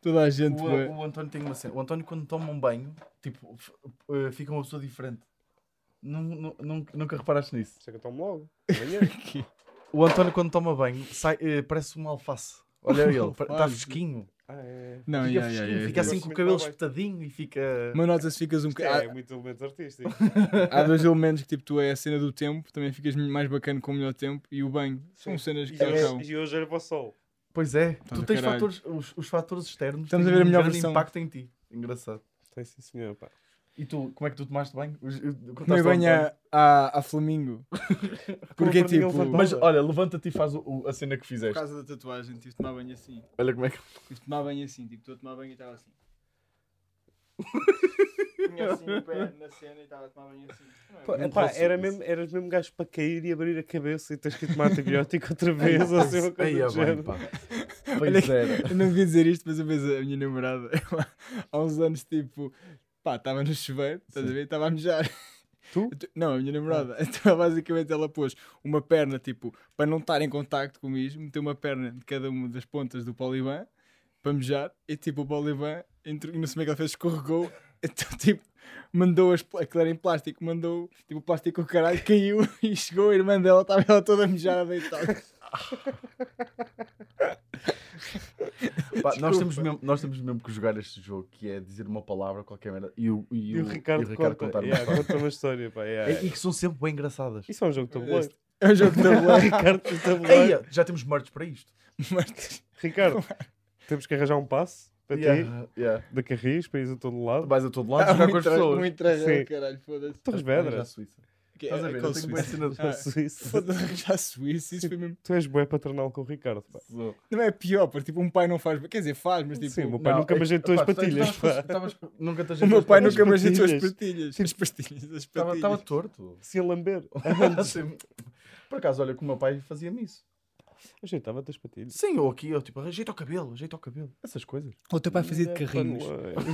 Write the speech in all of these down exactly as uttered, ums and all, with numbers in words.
Toda a gente, o, ué. o António tem uma cena. O António, quando toma um banho, tipo, f- uh, fica uma pessoa diferente. Nun- nun- nun- Nunca reparaste nisso? Chega tão logo. Amanhã. O António, quando toma banho, sai, uh, parece uma alface. Olha ele, está Alface. fresquinho. Ah, é. Não, Fica yeah, fresquinho, yeah, yeah, fica yeah. assim Gosto com o muito cabelo de tomar banho. espetadinho e fica... Mas nota-se que ficas um Isto bocado. é muitos elementos artísticos. Há, há dois elementos que tipo, tu é a cena do tempo, também ficas mais bacana com o melhor tempo, e o banho. São cenas que E hoje- acabam. E hoje era para o sol. Pois é, Tá tu do tens caralho. fatores, os, os fatores externos Estamos têm a ver a um melhor grande versão. impacto em ti. Engraçado. Tem sim, senhor. Pá. E tu, como é que tu tomaste banho? Os- Tomei contaste ao banho António? a, a, a Flamingo. Porque Como tipo. Fernando Mas olha, levanta-te e faz o- o- a cena que Por fizeste. causa da tatuagem, tive de tomar banho assim. Olha como é que... Tive de tomar banho assim, tipo, estou a tomar banho e estava assim. Tinha assim o pé na cena e estava a tomar banho assim. Não é Pá, bem? epá, posso- era mesmo, eras mesmo gajo para cair e abrir a cabeça e tens que ir tomar antibiótico outra vez ou assim uma coisa Aí do é bem, género. pá. Olha Pois que- era. Eu não devia dizer isto, mas eu vejo a minha namorada há uns anos, tipo, pá, estava no chuveiro, estás a ver? Estava a mejar. Tu? Não, a minha namorada. Então, basicamente, ela pôs uma perna, tipo, para não estar em contacto comigo, meteu uma perna de cada uma das pontas do poliban para mejar, e tipo, o poliban, entrou, e não sei como é que ela fez, escorregou, então, tipo, mandou as, pl- aquilo era em plástico, mandou, tipo, o plástico o caralho, caiu e chegou a irmã dela, estava ela toda mijada, deitada. Pá, nós, Desculpa. temos mesmo, nós temos mesmo que jogar este jogo, que é dizer uma palavra, qualquer merda, e o, e E o Ricardo, conta, contar uma yeah, história. conta uma história. Pá, yeah, E, e que são sempre bem engraçadas. Isso é um jogo de tabuleiro. É um jogo de tabuleiro. Ricardo de tabuleiro. Eia, já temos merch para isto. Mas- Ricardo, temos que arranjar um passe para ti, Yeah, yeah. da Carris, para ir a todo lado. Vais a todo lado Ah, jogar com muito as tra- pessoas. Muito tragédia, Sim. caralho, foda-se. Torres Arranjar Vedras. Suíça. Que Estás a é- ver? qual Eu tenho Suíça? bué cena de- Da Ah, Suíça. foda-se, já Suíça, isso foi mesmo. Tu és bué paternal com o Ricardo. Pá. Não é pior, porque tipo, um pai não faz. Quer dizer, faz, mas tipo. Sim, o meu pai Não, nunca é me que- ajeitou as pá, tu patilhas. estavas- pá. estavas- Nunca te O ajeitaste meu pai as nunca me patilhas. ajeitou as patilhas. patilhas. As pastilhas, as Estava patilhas. estava torto. Se a lamber. Assim, por acaso, olha que o meu pai fazia-me isso. Ajeitava-te as patilhas. Sim, ou aqui, eu tipo, ajeita o cabelo, ajeita o cabelo. Essas coisas. O teu pai fazia de É, carrinhos.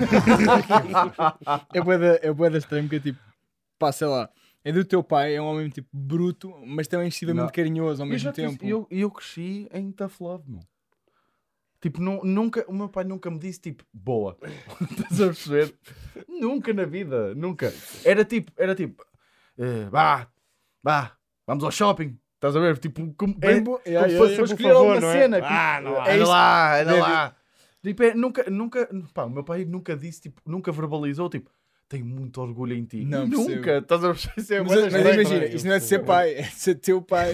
pá, É bué da, é bué da estranho, que é tipo, pá, sei lá, é do teu pai, é um homem tipo bruto, mas também excessivamente Não. carinhoso ao E eu mesmo já te disse, tempo. E eu, e eu cresci em tough love, meu. Tipo, nu- nunca, o meu pai nunca me disse, tipo, boa. Estás a perceber? Nunca na vida, nunca. Era tipo, era tipo, eh, vá, vá, vamos ao shopping. Estás a ver? Tipo, como, Bem é, bo- como yeah, se yeah, fosse yeah. para Por escolher favor, alguma não é? cena. Ah, não há. Anda É isto. lá, anda Deve- lá. Tipo, é, nunca, nunca, pá, o meu pai nunca disse, tipo, nunca verbalizou, tipo, tenho muito orgulho em ti. Não nunca, percebo. estás a perceber? Isso é Mas, bué mas da estranho. imagina, estranho, isto não é de ser eu pai, é de ser teu pai.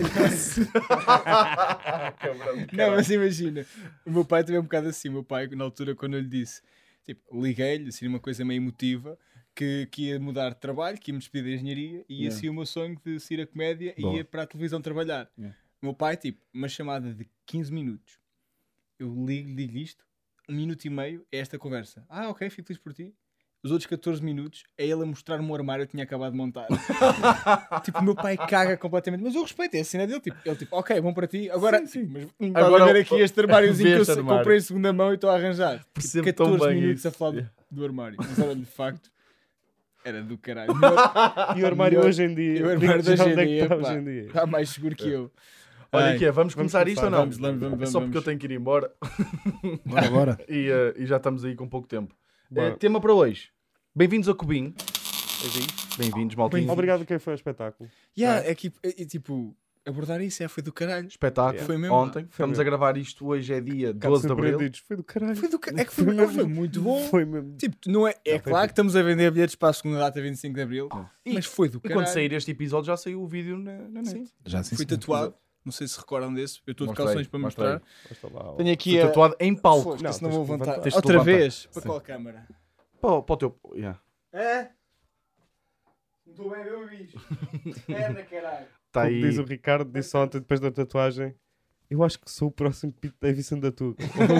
Cabrão, Não, caralho. mas imagina, o meu pai também é um bocado assim. O meu pai, na altura, quando eu lhe disse, tipo, liguei-lhe, assim, uma coisa meio emotiva, que, que ia mudar de trabalho, que ia me despedir da engenharia, e ia Yeah. ser o meu sonho de sair a comédia e Boa. ia para a televisão trabalhar. Yeah. O meu pai, tipo, uma chamada de quinze minutos. Eu ligo, digo isto, um minuto e meio é esta conversa. Ah, ok, fico feliz por ti. Os outros catorze minutos é ele a mostrar-me um armário que eu tinha acabado de montar. Tipo, o meu pai caga completamente. Mas eu respeito, é a cena dele. Tipo, ele tipo, ok, bom para ti. Agora, Sim, sim. Mas não estás Agora a ver aqui este armáriozinho que eu vê este se- armário. comprei em segunda mão e estou a arranjar. Tipo, Percebo tão catorze bem minutos isso. a falar do- Yeah. do armário. Mas olha, de facto, era do caralho. E o armário Melhor- hoje em dia? E o armário de Já hoje onde em é que dia, está pá. hoje em dia? Está mais seguro que eu. Olha Ai, aqui, vamos vamos começar isto começar, ou não? vamos, vamos, vamos, É só porque vamos. eu tenho que ir embora Bora, bora. e, eh, e já estamos aí com pouco tempo. Bora. Eh, tema para hoje. Bem-vindos ao Cubinho. Bem-vindos, maltinho. Obrigado quem foi ao espetáculo. Yeah, é, que, é, é tipo, abordar isso é, foi do caralho. Espetáculo. Yeah. Foi mesmo. Ontem. Foi Estamos mesmo. a gravar isto hoje, é dia Bocado doze de abril. surpreendidos. Foi do caralho. Foi do ca- é que foi, Foi não, mesmo. foi muito bom. Foi mesmo. Tipo, não é, é Não, foi claro fixe. que estamos a vender bilhetes para a segunda data, vinte e cinco de abril, E- mas foi do E caralho. quando sair este episódio já saiu o vídeo na, na net. Sim. Já sim, Fui sim. tatuado. Não sei se recordam desse. Eu estou de Mostra aí, calções para mostra mostrar. Basta lá, ó. Tenho aqui Fui a... tatuado em palco. Foda-se, Não, que senão tens vou de levantar. levantar. Tens de Outra levantar. vez? Para Sim. qual câmara? Para, para o teu... Yeah. É? Não estou bem a ver o bicho. Merda, caralho. Está Como aí. diz o Ricardo, disse ontem, depois da tatuagem, eu acho que sou o próximo Pete Davidson da tua.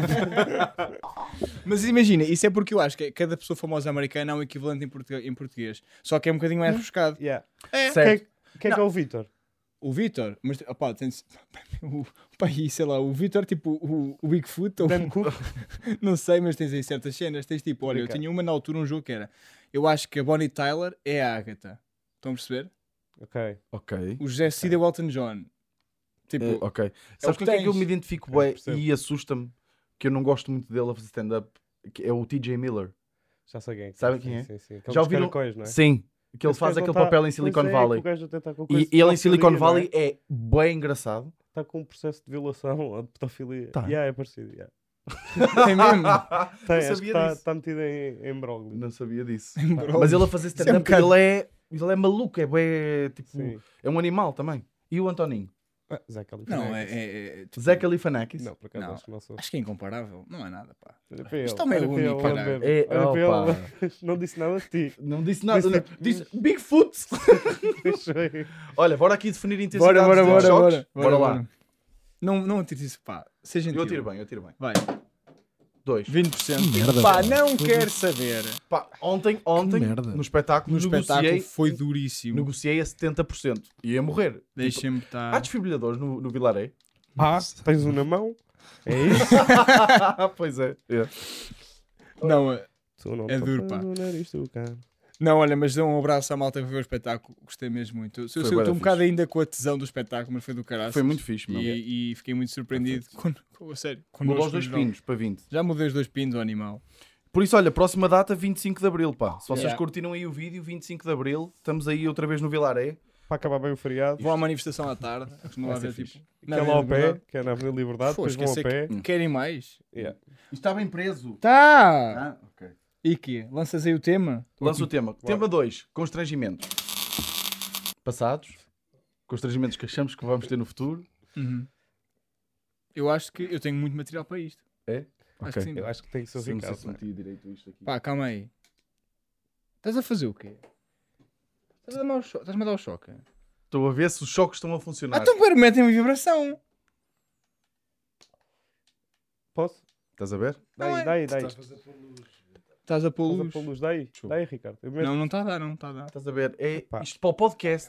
Mas imagina, isso é porque eu acho que cada pessoa famosa americana há um equivalente em, portu- em português. Só que é um bocadinho mais rebuscado. Yeah. É. Certo. Quem é que é o Vitor? O Vitor, mas opá, tem o pá, aí, sei lá, o Vitor, tipo o, o Bigfoot, ou, Dan Cook? não sei, mas tens aí certas cenas. Tens tipo, olha, eu Ricardo. tinha uma na altura, um jogo que era, eu acho que a Bonnie Tyler é a Agatha. Estão a perceber? Ok. Ok. O José Cid é o Elton John. Tipo, Eh, ok. Sabes que com quem é que eu tens. me identifico É, bem percebo. e assusta-me que eu não gosto muito dele a fazer stand-up? que é o T J Miller. Já sei quem é. Sabem sim, quem é? Sim, sim. Já Já ouviram? ouviram? Não é? Sim. Que ele Esse faz gajo aquele não tá- papel em Silicon Pois é, Valley. que o gajo até tá com E coisa de ele em Silicon pedofilia, não Valley é bem engraçado. Está com um processo de violação ou de pedofilia. Tá. Yeah, é parecido. Yeah. Tem mesmo. Tem, Eu acho que sabia está disso. tá metido em, em broglio. Não sabia disso. Bro. Mas ele a fazer Isso é um stand-up, bocado- ele, é, ele é maluco, é, bué, tipo, Sim. é um animal também. E o Antoninho? Ah, Zé Califanakis. Não, é. é, é tipo, Zé Califanakis? Não, por acaso Não. acho que não sou. Acho que é incomparável. Não é nada, pá. Olha para ele, Isto também é olha para único, ele, caralho. olha para É, ele, olha para opa. ele. Não disse nada de ti. Não disse nada. Disse- não- Disse Bigfoot! Deixei. Olha, bora aqui definir intensidades Bora, bora, de bora, choques. bora. Bora lá. Não, não atires isso, pá. Seja gentil. Eu atiro bem, eu atiro bem. Vai. Dois. vinte por cento. Merda, Pá, pá. não quero saber. Pá, ontem, ontem, Que merda. no espetáculo, No espetáculo negociei, foi duríssimo. negociei a setenta por cento. Ia morrer. Tipo, Deixem-me há estar. desfibrilhadores no, no Vilaré? Ah, tens um na mão? É isso? Pois é. é. Não, é- Tu não É duro, pá. topas no nariz do cara. não, olha, mas dê um abraço à malta que viu o espetáculo. Gostei mesmo muito. Eu eu Foi sei, eu bué estou um da bocado fixe. ainda com a tesão do espetáculo, mas foi do caralho. Foi muito fixe, meu. E, e fiquei muito surpreendido. Com, com, a sério, Mudou connosco os dois no geral. pinos para vinte. Já mudei os dois pinos, o animal. Por isso, olha, próxima data, vinte e cinco de Abril, pá. Se vocês Yeah. curtiram aí o vídeo, vinte e cinco de Abril, estamos aí outra vez no Vilaré. Para acabar bem o feriado. Vou à manifestação à tarde. Costuma Vai ser haver fixe. tipo. Que é lá ao pé, que é na Avenida Liberdade, Pô, depois vão ao esqueci pé. que- Querem mais? Yeah. Está bem preso. Tá! Ah, ok. E que? Lanças aí o tema? Lança o tema. Tema dois. Constrangimentos. Passados. Constrangimentos que achamos que vamos ter no futuro. Uhum. Eu acho que eu tenho muito material para isto. É? Acho Ok. que sim. Eu acho que tem que ser o Sim, não sei Ricardo. se não é? meti direito isto aqui. Pá, calma aí. Estás a fazer o quê? Estás a dar-me ao cho- Estás-me a dar o choque? Estou a ver se os choques estão a funcionar. Ah, então pera, metem-me vibração. Posso? Estás a ver? Dá Não aí, é- dá aí, dá aí. Estás a pôr Estás a luz. pôr luz, dá aí. Show. Dá aí, Ricardo. Eu meto- Não, não está a dar, não está a dar. Estás a ver? É Pá. isto para o podcast.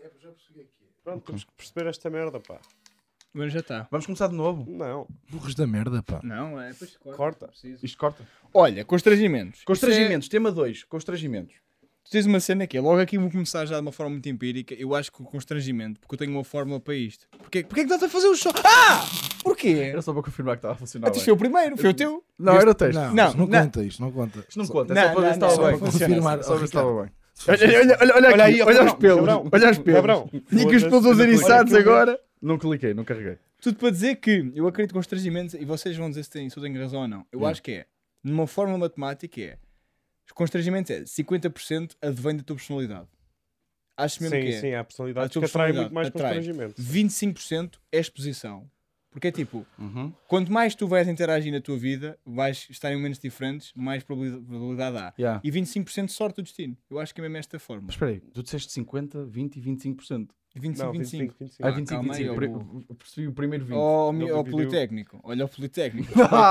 Pronto, temos que perceber esta merda, pá. Agora já está. Vamos começar de novo. Não, Burros da merda, pá. Não, é depois corta. corta. Preciso. Isto corta. Olha, constrangimentos. Constrangimentos. Tema dois. Constrangimentos. Tu tens uma cena que é, logo aqui vou começar já de uma forma muito empírica. Eu acho que o constrangimento, porque eu tenho uma fórmula para isto. Porquê, porquê que estás a fazer o show? Ah! Porquê? Era só para confirmar que estava a funcionar Ah, tu bem. foi o primeiro, foi o teu. Não, era o texto. Não, Não, isto não, não. conta, isto não conta. Isto não Só- conta. É Não, só para ver não, se não, estava só bem. para confirmar. Só ver se estava bem. Olha, olha, olha, olha, Olha aqui, aí, ó, olha os cabrão, pelos. cabrão. Olha os pelos. Cabrão. Tinha que os pelos Foda-se. todos eriçados Olha aqui o agora. Não cliquei, não carreguei. Tudo para dizer que eu acredito que constrangimentos, e vocês vão dizer se, têm, se eu tenho razão ou não. Eu Yeah. acho que é, numa fórmula matemática, é os constrangimentos é cinquenta por cento advém da tua personalidade. Acho mesmo Sim, que é. sim, há personalidades A tua que atraem personalidade muito mais atrai. constrangimento. vinte e cinco por cento é exposição. Porque é tipo, Uhum. quanto mais tu vais interagir na tua vida, vais estar em momentos diferentes, mais probabilidade probabilidade há. Yeah. E vinte e cinco por cento sorte do destino. Eu acho que é mesmo esta forma. Mas espera aí, tu disseste cinquenta, vinte e vinte e cinco por cento. vinte e cinco, Não, vinte e cinco. vinte e cinco. Ah, Ah, vinte e cinco, calma aí, vinte e cinco. eu Pri- eu percebi o primeiro vinte. Ó, mi- Não ó, dividiu. Politécnico. Olha o Politécnico. Está aqui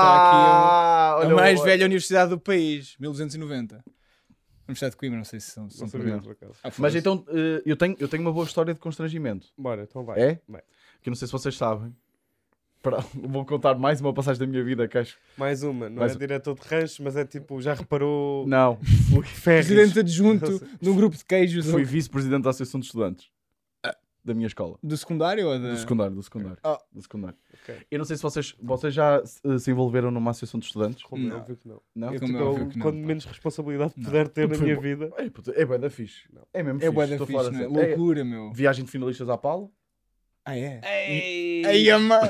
a, Ah, a olha, mais olha. velha universidade do país. mil duzentos e noventa. Universidade de Coimbra, não sei se são, se são Não por sabia, dentro. por acaso. Ah, Mas foda-se. então, eh, eu tenho, eu tenho uma boa história de constrangimento. Bora, então vai. É? Vai. Que eu não sei se vocês sabem. Para- Vou contar mais uma passagem da minha vida que acho. Mais uma, não Mais é um. diretor de rancho, mas é tipo, já reparou Não, ferros. Presidente adjunto de um grupo de queijos fui vice-presidente da Associação de Estudantes da minha escola. do secundário ou da... Do secundário, do secundário. Ah. Do secundário. Ok. Eu não sei se vocês, vocês já eh, se envolveram numa associação de estudantes. Como é Não. óbvio que não. Não? Eu, Como tipo, é eu, óbvio que não, quando pá. menos responsabilidade Não. puder ter na Foi minha bom. vida. É, puta, é bué da fixe. É mesmo É fixe. bué da estou a fixe, falar não é? a sério. É- Loucura, meu. Viagem de finalistas à Paula. Ah, é? Ei! Aí, a mano.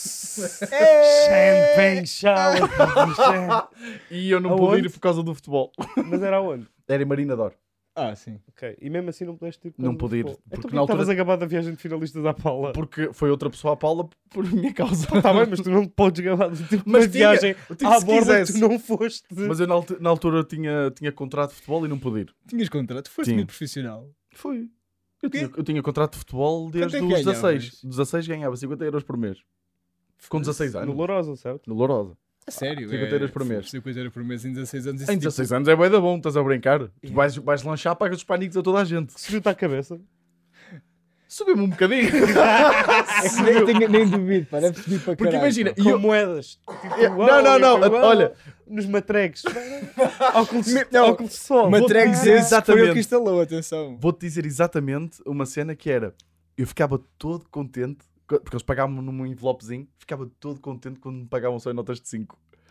Champagne shower! E eu não Aonde? pude ir por causa do futebol. Mas era onde? Era em Marina d'Or. Ah, sim. Ok. E mesmo assim não pudeste ir por Não causa do pude ir, futebol. porque Então na porquê altura- estavas a gabar da viagem de finalistas à Paula? Porque foi outra pessoa à Paula por minha causa. Está bem, mas tu não podes gabar de tipo Mas uma tinha, viagem tipo, à se borda que quisesse. tu não foste. Mas eu na, altu- na altura tinha, tinha contrato de futebol e não pude ir. Tinhas contrato? Foste Tinha. muito profissional. Foi. Eu Quê? tinha, eu tinha contrato de futebol desde é que os ganhavas? dezasseis. dezasseis ganhava cinquenta euros por mês. Com dezasseis anos. No Lourosa, certo? No Lourosa. A sério? cinquenta euros por mês. cinquenta euros por mês em dezasseis anos. isso Em tipo- dezasseis anos é bué da bom, estás a brincar. Tu vais, vais lanchar, pagas os pânicos a toda a gente. Subiu-te à cabeça. Subiu-me um bocadinho. nem, nem, nem duvido, pá. Deve subir para Porque caralho, imagina, pá. e Com eu- moedas. Tipo, Não, não, não, uau, olha. Nos matregues. Óculos, Não, óculos de sol. Uma Vou-te track dizer esse foi ele exatamente. que instalou, atenção. Vou-te dizer exatamente uma cena que era... Eu ficava todo contente, co- porque eles pagavam-me num envelopezinho, ficava todo contente quando me pagavam só em notas de cinco.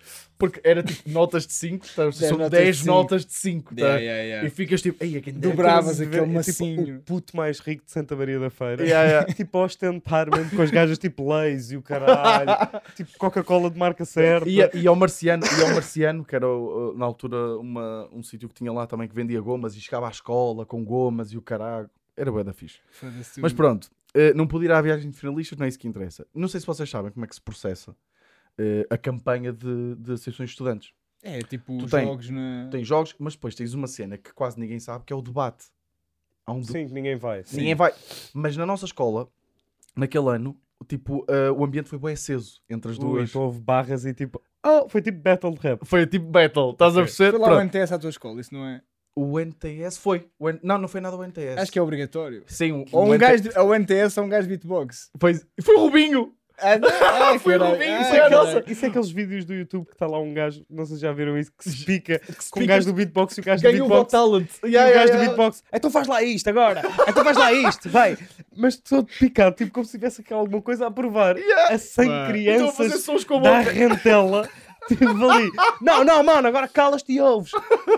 Porque era tipo notas de cinco, tá? dez São notas dez de cinco. notas de cinco, tá? Yeah, yeah, yeah. E ficas tipo, ei, é que Dobravas É aquele tipo, massinho. o puto mais rico de Santa Maria da Feira. Yeah, yeah. Tipo, a ostentar mesmo com as gajas tipo Leis e o caralho. Tipo, Coca-Cola de marca certa. E, a- e ao Marciano, e ao Marciano, que era uh, na altura uma, um sítio que tinha lá também que vendia gomas e chegava à escola com gomas e o caralho. Era bué da fixe. Foda-se. Mas pronto, uh, não pude ir à viagem de finalistas, não é isso que interessa. Não sei se vocês sabem como é que se processa uh, a campanha de, de associações de estudantes. É, tipo, Tu os tem- jogos na... Tem jogos, mas depois tens uma cena que quase ninguém sabe, que é o debate. Há um de- Sim, que ninguém vai. Sim. Ninguém vai. Mas na nossa escola, naquele ano, tipo, uh, o ambiente foi bem aceso entre as Ui, duas. então houve barras e tipo... Oh, foi tipo battle de rap. Foi tipo battle, estás a Ok. perceber? Foi lá o Pronto. N T S à tua escola, isso não é... O N T S foi. O N- Não, não foi nada o N T S. Acho que é obrigatório. Sim, o, Ou o um N T gajo, de... ou o N T S ou um gajo de beatbox. Foi, foi o Rubinho! Ah, não, ah, Foi o caralho. Rubinho, Ah, foi a caralho. nossa. Isso é aqueles vídeos do YouTube que está lá um gajo, não sei se já viram isso, que se pica com pica- o gajo do beatbox e o gajo do Ganhou o Got beatbox. Talent. E Yeah, o yeah, gajo do yeah. beatbox, então faz lá isto agora, então faz lá isto, vai. Mas todo picado, tipo como se tivesse aqui alguma coisa a provar. Yeah. A cem Pá. Então a fazer crianças sons com a da boca. rentela. Tipo ali, não, não, mano, agora calas-te e ouves.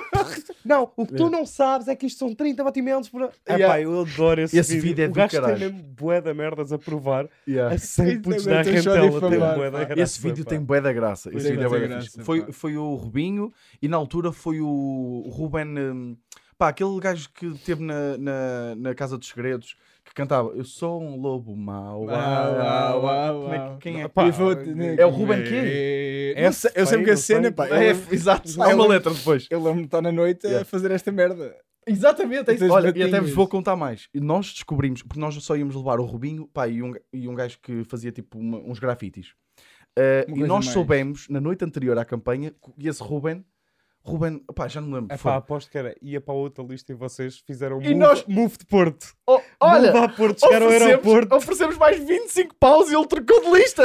Não, o que tu não sabes é que isto são trinta batimentos por... É Yeah. pá, eu adoro esse, Esse vídeo. vídeo é o do gajo caralho. tem mesmo bué da merdas a provar. Yeah. A cem Isso putos também da estou só a rentela. Tem difamar, bué da pá. graça, Esse vídeo pá. tem bué da graça. Esse Tem vídeo é bué muita da fixe. graça, Foi, pá. foi o Rubinho e na altura foi o o Ruben... hum, Pá, aquele gajo que teve na, na, na Casa dos Segredos, que cantava Eu sou um lobo mau. Uau, uau, uau, Como é que- uau. Quem é? Pá, E vou- é o Ruben quê? Eu sei, eu sei F, que a não sei. cena, pá. É, Eu, exato. eu Há uma lembro- letra depois. eu lembro-me de estar na noite a Yeah. fazer esta merda. Exatamente, é isso. Tens Olha, e até batinhas. vos vou contar mais. E nós descobrimos, porque nós só íamos levar o Rubinho, pá, e um, e um gajo que fazia tipo uma- uns grafites. Uh, Uma e coisa nós mais. soubemos, na noite anterior à campanha, que esse Ruben, Ruben, pá, já não me lembro. É foi. pá, aposto que era, ia para outra lista e vocês fizeram E move, nós- move de Porto. Oh, olha, Move a Porto, chegaram ao oferecemos, aeroporto. oferecemos mais vinte e cinco paus e ele trocou de lista.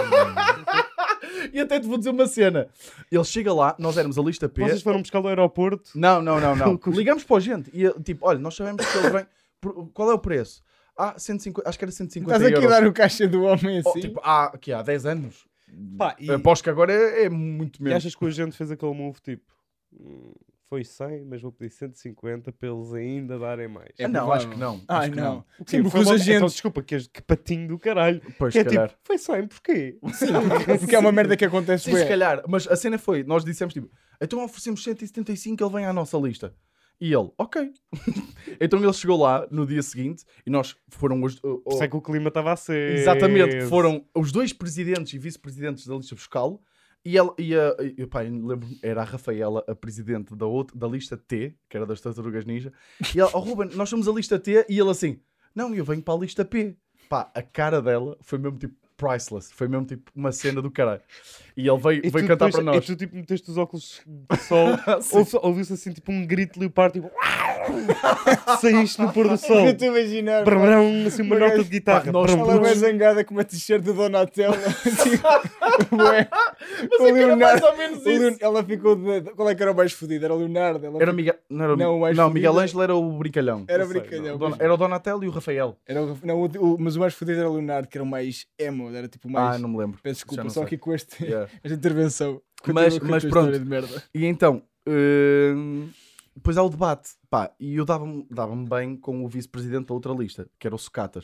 E até te vou dizer uma cena. Ele chega lá, nós éramos a lista P. Vocês foram buscar ao aeroporto. Não, não, não, não. Ligamos para a gente e ele, tipo, olha, nós sabemos que ele vem. Por- Qual é o preço? Ah, cento e cinquenta, acho que era cento e cinquenta Estás aqui a euros. dar o caixa do homem Oh, assim. tipo, há, aqui, há dez anos. Pá, e, Aposto que agora é, é muito e menos. achas que a gente fez aquele move tipo... hum, foi cem, mas vou pedir cento e cinquenta para eles ainda darem mais. É Ah, não, provável. acho que não. Ai, acho que não. Sim, Sim, porque foi os logo- Então, agentes... desculpa, que, que patinho do caralho. Pois, Que se é calhar. tipo, foi cem, porquê? Porque é uma merda que acontece Sim, bué. se calhar. Mas a cena foi, nós dissemos tipo, então oferecemos cento e setenta e cinco, ele vem à nossa lista. E ele, ok. Então ele chegou lá no dia seguinte e nós foram os... o- Por isso é que o clima estava a ser... Exatamente, foram os dois presidentes e vice-presidentes da lista fiscal e, ela, e, a, e pá, eu lembro, era a Rafaela, a presidente da, outra, da lista T, que era das Tartarugas Ninja, e ela, oh Ruben, nós somos a lista T, e ele assim, não, eu venho para a lista P. Pá, a cara dela foi mesmo tipo priceless, foi mesmo tipo uma cena do caralho. E ele veio, E veio tu cantar depois- para nós. E tu tipo meteste os óculos de sol, Sim. ouve- ouviu-se assim tipo um grito de leopardo, tipo... Saíste no pôr do sol. Eu estou a imaginar. pá. Brrrão, assim uma Uma nota gaja- de guitarra. Pá, nós Brum, Ela é brum. bem zangada com uma t-shirt do Donatello. Tipo, bué. Mas O é que era mais Leonardo- ou menos o Leon- isso. Ela ficou de... Qual é que era o mais fodido? Era o Leonardo. Ela Era ficou- Miguel, não, era o Não, o mais não, fodido Miguel é- Ângelo era o brincalhão. Era Não sei, brincalhão. Dona- Era o Donatello e o Rafael. Era o, não, o, o- mas o mais fodido era o Leonardo, que era o mais emo. Era tipo o mais... Ah, não me lembro. Peço Já desculpa, não só sei. aqui com este, Yeah. esta intervenção. Mas- Continua com a mas tua pronto. história de merda. E então, hum, depois há o debate. Pá, e eu dava-me dava-me bem com o vice-presidente da outra lista, que era o Socatas.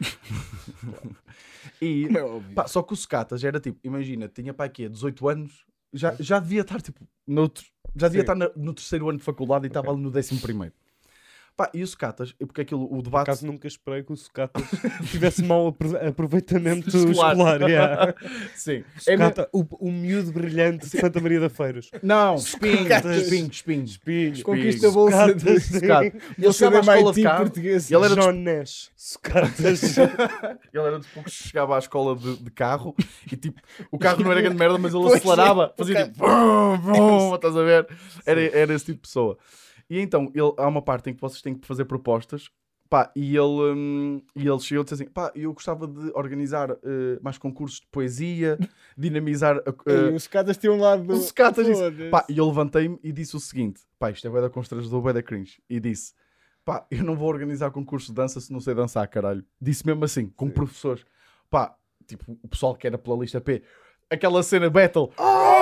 E, Como é óbvio. pá, só que o Socatas era tipo, imagina, tinha pá aqui dezoito anos, já, já devia estar tipo, noutro, já devia Sim. estar na- no terceiro ano de faculdade e estava ali no décimo primeiro. Pá, e o Socatas, porque aquilo, o Por debate... acaso nunca esperei que o Sucata tivesse mau apro- aproveitamento Escolar. escolar. yeah. Sim. É me- Sucata, o, o miúdo brilhante de Santa Maria da Feiras. Não, espinho, Socatas. espinho, espinho. Espinho. Conquista a bolsa de... Sucatas, Socata. Ele Bolsa chegava à da escola de M I T carro, português. ele era dos John Nash. Sucatas. Ele era dos poucos que chegava à escola de, de carro e tipo, o carro não era grande merda, mas ele Pois é, acelerava, o fazia carro- tipo, brum, brum, estás a ver? Era, era esse tipo de pessoa. E então, ele, há uma parte em que vocês têm que fazer propostas, pá, e ele, hum, e ele chegou e disse assim, pá, eu gostava de organizar eh, mais concursos de poesia, dinamizar... a- Ei, eh, os Socatas tinham um lado do... os Socatas disse, Foda-se. pá, e eu levantei-me e disse o seguinte, pá, isto é bué da constrangedor, bué da cringe, e disse, pá, eu não vou organizar concurso de dança se não sei dançar, caralho. Disse mesmo assim, com professores. Pá, tipo, o pessoal que era pela lista P, aquela cena battle,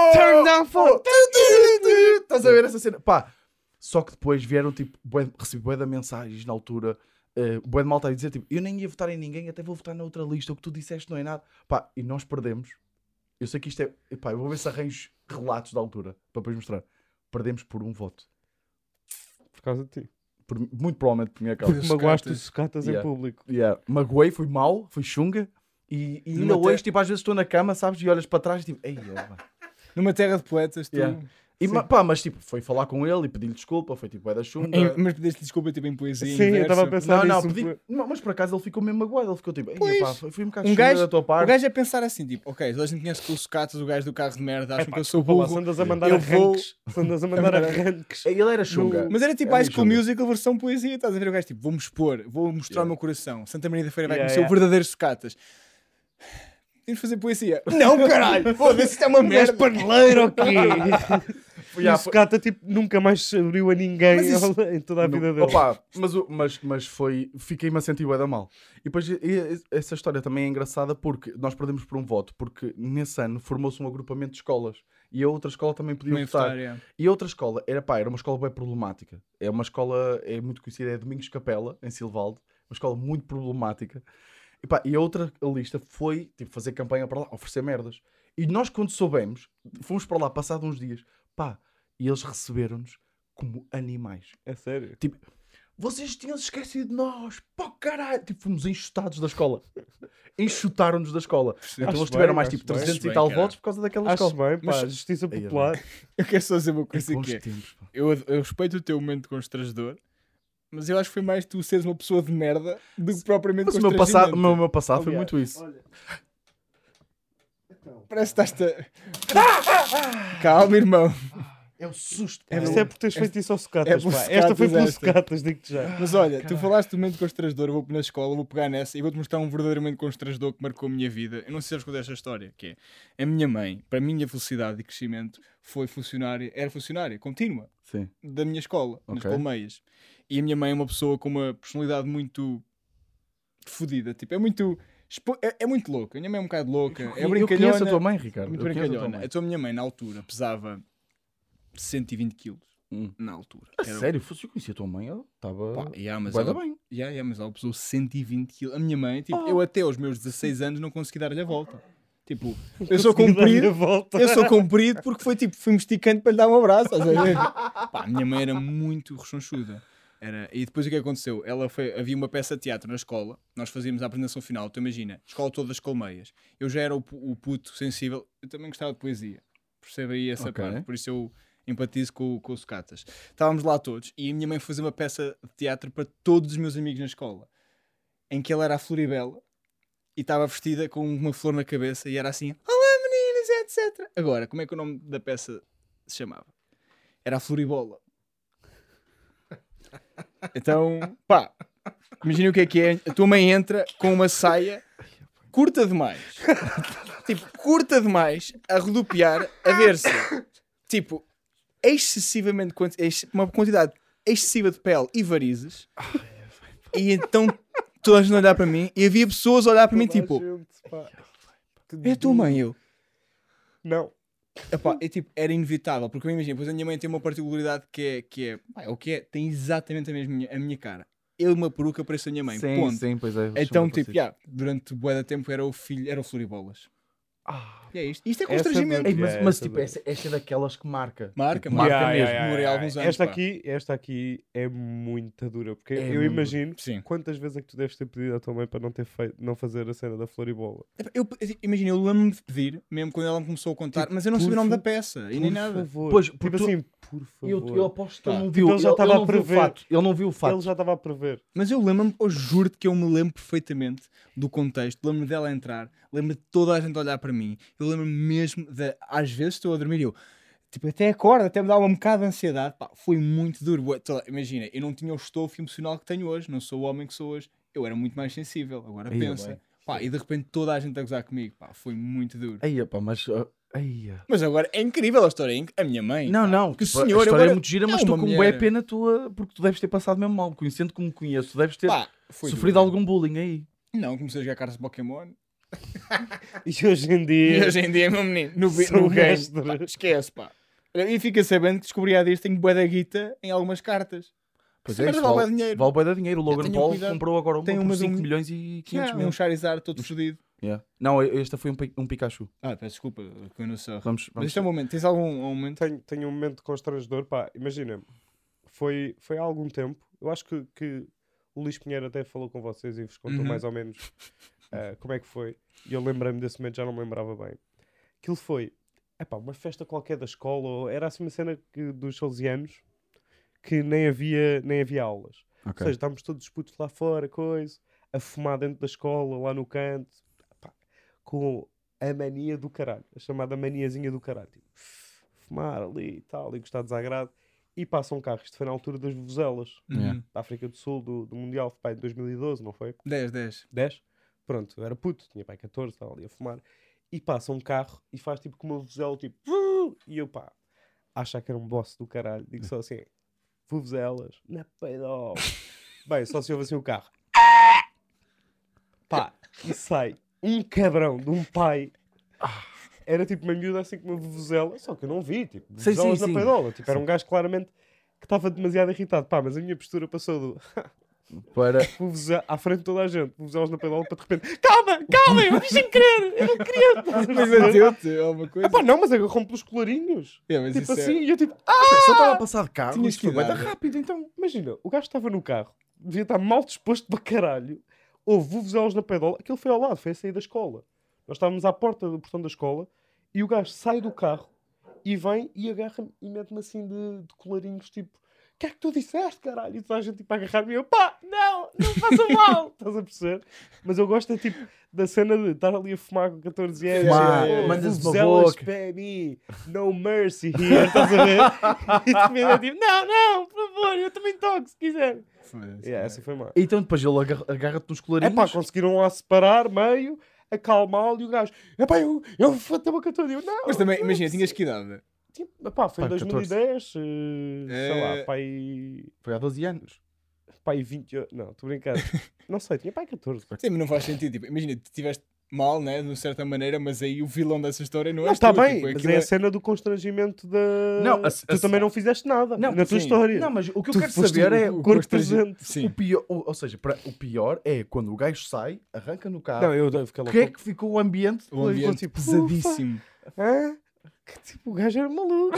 Turn down for... Estás a ver essa cena? Pá, só que depois vieram, tipo, bué, recebi bué de mensagens na altura, uh, bué de malta a dizer, tipo, eu nem ia votar em ninguém, até vou votar na outra lista, o que tu disseste não é nada. Pá, e nós perdemos. Eu sei que isto é... Pá, eu vou ver se arranjo relatos da altura, para depois mostrar. Perdemos por um voto. Por causa de ti. Por, muito provavelmente por minha causa. Porque magoaste os sucatas Yeah. em público. Yeah. Magoei, fui mal, fui chunga. E, e ainda Numa hoje, te- tipo, às vezes estou na cama, sabes, e olhas para trás e tipo, ei, pá. Numa terra de poetas, tu... Yeah. E, ma- pá, mas tipo, foi falar com ele e pedir-lhe desculpa, foi tipo, é da chunga. Em- mas pediste desculpa tipo em poesia Sim, eu inversa. estava a pensar Não, não, nisso. pedi... não, mas por acaso ele ficou mesmo magoado, ele ficou tipo, ei, Pois, pá, foi, foi um bocado um chunga gajo- da tua O parte. gajo é pensar assim, tipo, ok, toda a gente conhece com o sucatas, o gajo do carro de merda, acham Epá, que eu sou desculpa lá, burro. se andas a mandar Eu vou- arranques. Se andas a mandar arranques. Ele era chunga. Mas era tipo É High meio School chunga. Musical versão poesia, estás a ver o gajo tipo, vou-me expor, vou mostrar Yeah. o meu coração. Santa Maria da Feira vai Yeah, conhecer yeah. o verdadeiro sucatas. Temos de fazer poesia. Não, caralho! Foda-se, isto é uma Um gajo merda! paneleiro, ok? E Yeah, o sucata tipo, nunca mais se abriu a ninguém Mas isso- em toda a vida Não, dele. opa, mas, o- mas, mas foi. Fiquei-me a sentir bué da mal. E depois e- e- essa história também é engraçada porque nós perdemos por um voto, porque nesse ano formou-se um agrupamento de escolas e a outra escola também podia Também votar. votar, yeah. E a outra escola era pá, era uma escola bem problemática. É uma escola, é muito conhecida, é Domingos Capela, em Silvalde, uma escola muito problemática. E, pá, e a outra lista foi tipo, fazer campanha para lá, oferecer merdas. E nós, quando soubemos, fomos para lá, passado uns dias, pá, e eles receberam-nos como animais. É sério. Tipo, vocês tinham se esquecido de nós, pô caralho. Tipo, fomos enxutados da escola. Enxutaram-nos da escola. Então Acho eles tiveram bem, mais acho tipo bem. trezentos Acho e bem, tal cara. votos por causa daquela Acho escola. bem, pá, Mas- justiça Aí, popular. Eu quero só dizer uma Em coisa bons que é, tempos, pá. eu, eu respeito o teu momento constrangedor, mas eu acho que foi mais tu seres uma pessoa de merda do que propriamente Mas o meu passado, o constrangimento. meu, o meu passado foi Aliás, muito isso. olha. Parece que estás-te a... Calma, irmão. É o susto. É, pá. isto é por teres feito isso aos é sucatas, pelos pá. Esta foi sucatas, pelos esta. sucatas, digo-te já. Mas olha, tu falaste do momento constrangedor, eu vou na escola, vou pegar nessa e vou-te mostrar um verdadeiro momento constrangedor que marcou a minha vida. Eu não sei se sabes contar esta história, que é a minha mãe, para a minha felicidade e crescimento, foi funcionária, era funcionária contínua Sim. da minha escola, nas Ok. Colmeias. E a minha mãe é uma pessoa com uma personalidade muito fodida, tipo, é muito expo- é, é muito louca. A minha mãe é um bocado louca, é Eu conheço a brincalhona. tua mãe, Ricardo. Muito Eu conheço a tua brincalhona. mãe. A tua minha mãe, na altura, pesava cento e vinte quilos. Hum. Na altura. A Era- sério, se eu conhecia a tua mãe, ela estava. Pá, yeah, mas Bué da ela, bem. yeah, yeah, mas ela pesou cento e vinte quilos. A minha mãe, tipo, Oh. eu até aos meus dezasseis anos não consegui dar-lhe a volta. Tipo, eu sou Consegui dar-lhe a comprido, volta. eu sou comprido porque foi tipo, fui-me esticando para lhe dar um abraço. Estás a ver? Pá, a minha mãe era muito rechonchuda. Era... E depois o que aconteceu? Ela foi... Havia uma peça de teatro na escola, nós fazíamos a apresentação final. Tu imagina, escola toda das Colmeias. Eu já era o, pu- o puto sensível, eu também gostava de poesia. Percebe aí essa Ok. parte. Por isso eu empatizo com, com os sucatas. Estávamos lá todos e a minha mãe fazia uma peça de teatro para todos os meus amigos na escola, em que ela era a Floribela e estava vestida com uma flor na cabeça e era assim: olá meninas, etcétera. Agora, como é que o nome da peça se chamava? Era a Floribola. Então, pá, imagina o que é que é. A tua mãe entra com uma saia curta demais. Tipo, curta demais, a rodopiar, a ver-se. Tipo, excessivamente, quanti- ex- uma quantidade excessiva de pele e varizes. E então, toda a gente a olhar para mim e havia pessoas a olhar para mim, tipo, é a tua mãe, eu. Não. Epá, é, tipo, era inevitável, porque eu imagino, pois a minha mãe tem uma particularidade que é, que é, pá, é o que é, tem exatamente a mesma a minha cara. Eu uma peruca pareço a minha mãe, Sim, ponto. sim, pois é. Então, chama tipo, parecido. yeah, durante bué de tempo era o filho, era o Floribolas. Ah. E é isto. Isto é Essa constrangimento. Ei, mas, Yeah, mas essa tipo, dura. essa, esta é daquelas que marca. Marca, Tipo, marca marca mesmo. mesmo. Demorei alguns anos, esta, pá. aqui, esta aqui é muito dura, porque É eu mesmo. imagino Sim. quantas vezes é que tu deves ter pedido à tua mãe para não, ter feito, não fazer a cena da Floribola. Eu, imagina, eu lembro-me de pedir, mesmo quando ela me começou a contar, Tipo, mas eu não por sabia o nome fa- da peça e Por nem nada. favor. Pois, tipo porque tu- assim, por favor. Eu, eu aposto que Pá. ele não Tipo, viu. ele já estava ele a não viu o prever. fato. Ele não viu o fato. Ele já estava a prever. Mas eu lembro-me, eu juro que eu me lembro perfeitamente do contexto. Lembro-me dela entrar, lembro-me de toda a gente olhar para mim. Eu lembro-me mesmo de, às vezes estou a dormir e eu, tipo, até acordo, até me dá um bocado de ansiedade. Pá, foi muito duro. Bué, toda- Imagina, eu não tinha o estofo emocional que tenho hoje, não sou o homem que sou hoje. Eu era muito mais sensível, agora Aí, pensa. bem. Pá, e de repente toda a gente a gozar comigo. Pá, foi muito duro. Aí, pá, mas. uh, aí, uh. Mas agora é incrível a história. hein? A minha mãe. Não, pá, não. Que tipo, senhor, a história agora é muito gira, mas é estou uma com mulher. bué pena tua, porque tu deves ter passado mesmo mal. Conhecendo como me conheço, tu deves ter Pá, foi sofrido duro. algum bullying aí. Não, comecei a jogar cartas de Pokémon. E hoje em E dia... hoje em dia, meu menino, no, bi- Sou no game, mestre. pá, esquece, pá. E fica sabendo que descobri há dias que tenho bué da guita em algumas cartas. Pois Essa é, merda isso vale vale, bué dinheiro. vale bué de dinheiro. O Logan tenho Paul cuidado. comprou agora uma Tem por uma de cinco um- milhões e quinhentos Yeah, mil. um Charizard todo fodido. Yeah. Não, este foi um, pi- um Pikachu. Ah, peço desculpa, que eu não sei. Vamos, Mas vamos. este é um momento. Tens algum momento? Tenho, tenho um momento constrangedor, pá, imagina, foi, foi há algum tempo, eu acho que, que o Luís Pinheiro até falou com vocês e vos contou Uhum. mais ou menos uh, como é que foi, e eu lembrei-me desse momento, já não me lembrava bem. Aquilo foi, epá, uma festa qualquer da escola, ou era assim uma cena que, dos salesianos, que nem havia, nem havia aulas. Ou Ok. seja, estávamos todos putos lá fora, coisa, a fumar dentro da escola, lá no canto, pá, com a mania do caralho, a chamada maniazinha do caralho. Tipo, fumar ali e tal, e gostar de desagrado. E passa um carro, isto foi na altura das vuvuzelas, Yeah. Uhum. da África do Sul, do, do Mundial, foi pá, em dois mil e doze, não foi? dez, dez. dez? Pronto, eu era puto, tinha pai catorze, estava ali a fumar. E passa um carro e faz tipo como uma vuvuzela, tipo, "Vuh!" E eu pá, achar que era um boss do caralho, digo só assim, vuvuzelas, na peidol. Bem, só se ouve assim o carro. Pá, e sai um cabrão de um pai. Era tipo uma miúda assim com uma vuvuzela, só que eu não vi, tipo, Sim, vuvuzelas sim, na sim. peidola. Tipo, era um gajo claramente que estava demasiado irritado. Pá, mas a minha postura passou do Para... vuvuzela à frente de toda a gente, vuvuzelas na peidola, para de repente, calma, calma, eu fiz sem querer, eu não queria. Estás a Mas perceber? bateu-te alguma coisa? Epá, não, mas agarrou-me pelos colarinhos. Yeah, mas Tipo isso é- assim, e eu tipo, Só estava a passar de carro. Tinhas Isso foi que bué da dar. rápido, então. imagina, o gajo estava no carro, devia estar mal disposto para caralho, houve vuvuzelas na pedola, aquilo foi ao lado, foi a sair da escola. Nós estávamos à porta do portão da escola e o gajo sai do carro e vem e agarra-me e mete-me assim de, de colarinhos, tipo, o que é que tu disseste, caralho? E toda a gente tipo a agarrar-me e eu, pá, não, não faça mal, estás a perceber? Mas eu gosto é tipo da cena de estar ali a fumar com catorze anos, Fumar, oh, mandas uma vuvuzelas boca. para mim, no mercy here, estás a ver? E de repente é tipo, não, não, por favor, eu também toco se quiser. Foda-se, Yeah, cara. essa foi má. Então depois ele agarra- agarra-te nos É colarinhos. pá, conseguiram lá separar meio, acalmá-lo e o gajo, é pá, eu, eu vou-te a boca toda. Eu, não, Mas também, não, imagina, tinhas que idade? tipo, epá, foi em Pá, dois mil e dez, eh, sei É. lá, pai, Foi há doze anos. pai vinte, não, estou brincando. Não sei, tinha pai catorze. Sim, mas não faz sentido. Tipo, imagina, tu estiveste mal, né, de uma certa maneira, mas aí o vilão dessa história não Não, és está tu. bem, tipo, mas aquilo é é- a cena do constrangimento da... Não, a- tu a- também não fizeste nada Não, na tua sim. história. Não, mas o que eu Tu quero foste saber é o o, corpo constrangi- presente. Sim. o pior. Ou, ou seja, para, o pior é quando o gajo sai, arranca no carro. Não, eu fiquei O logo. que é que ficou o ambiente? O ambiente tipo, pesadíssimo. Hã? Que tipo, o gajo era maluco.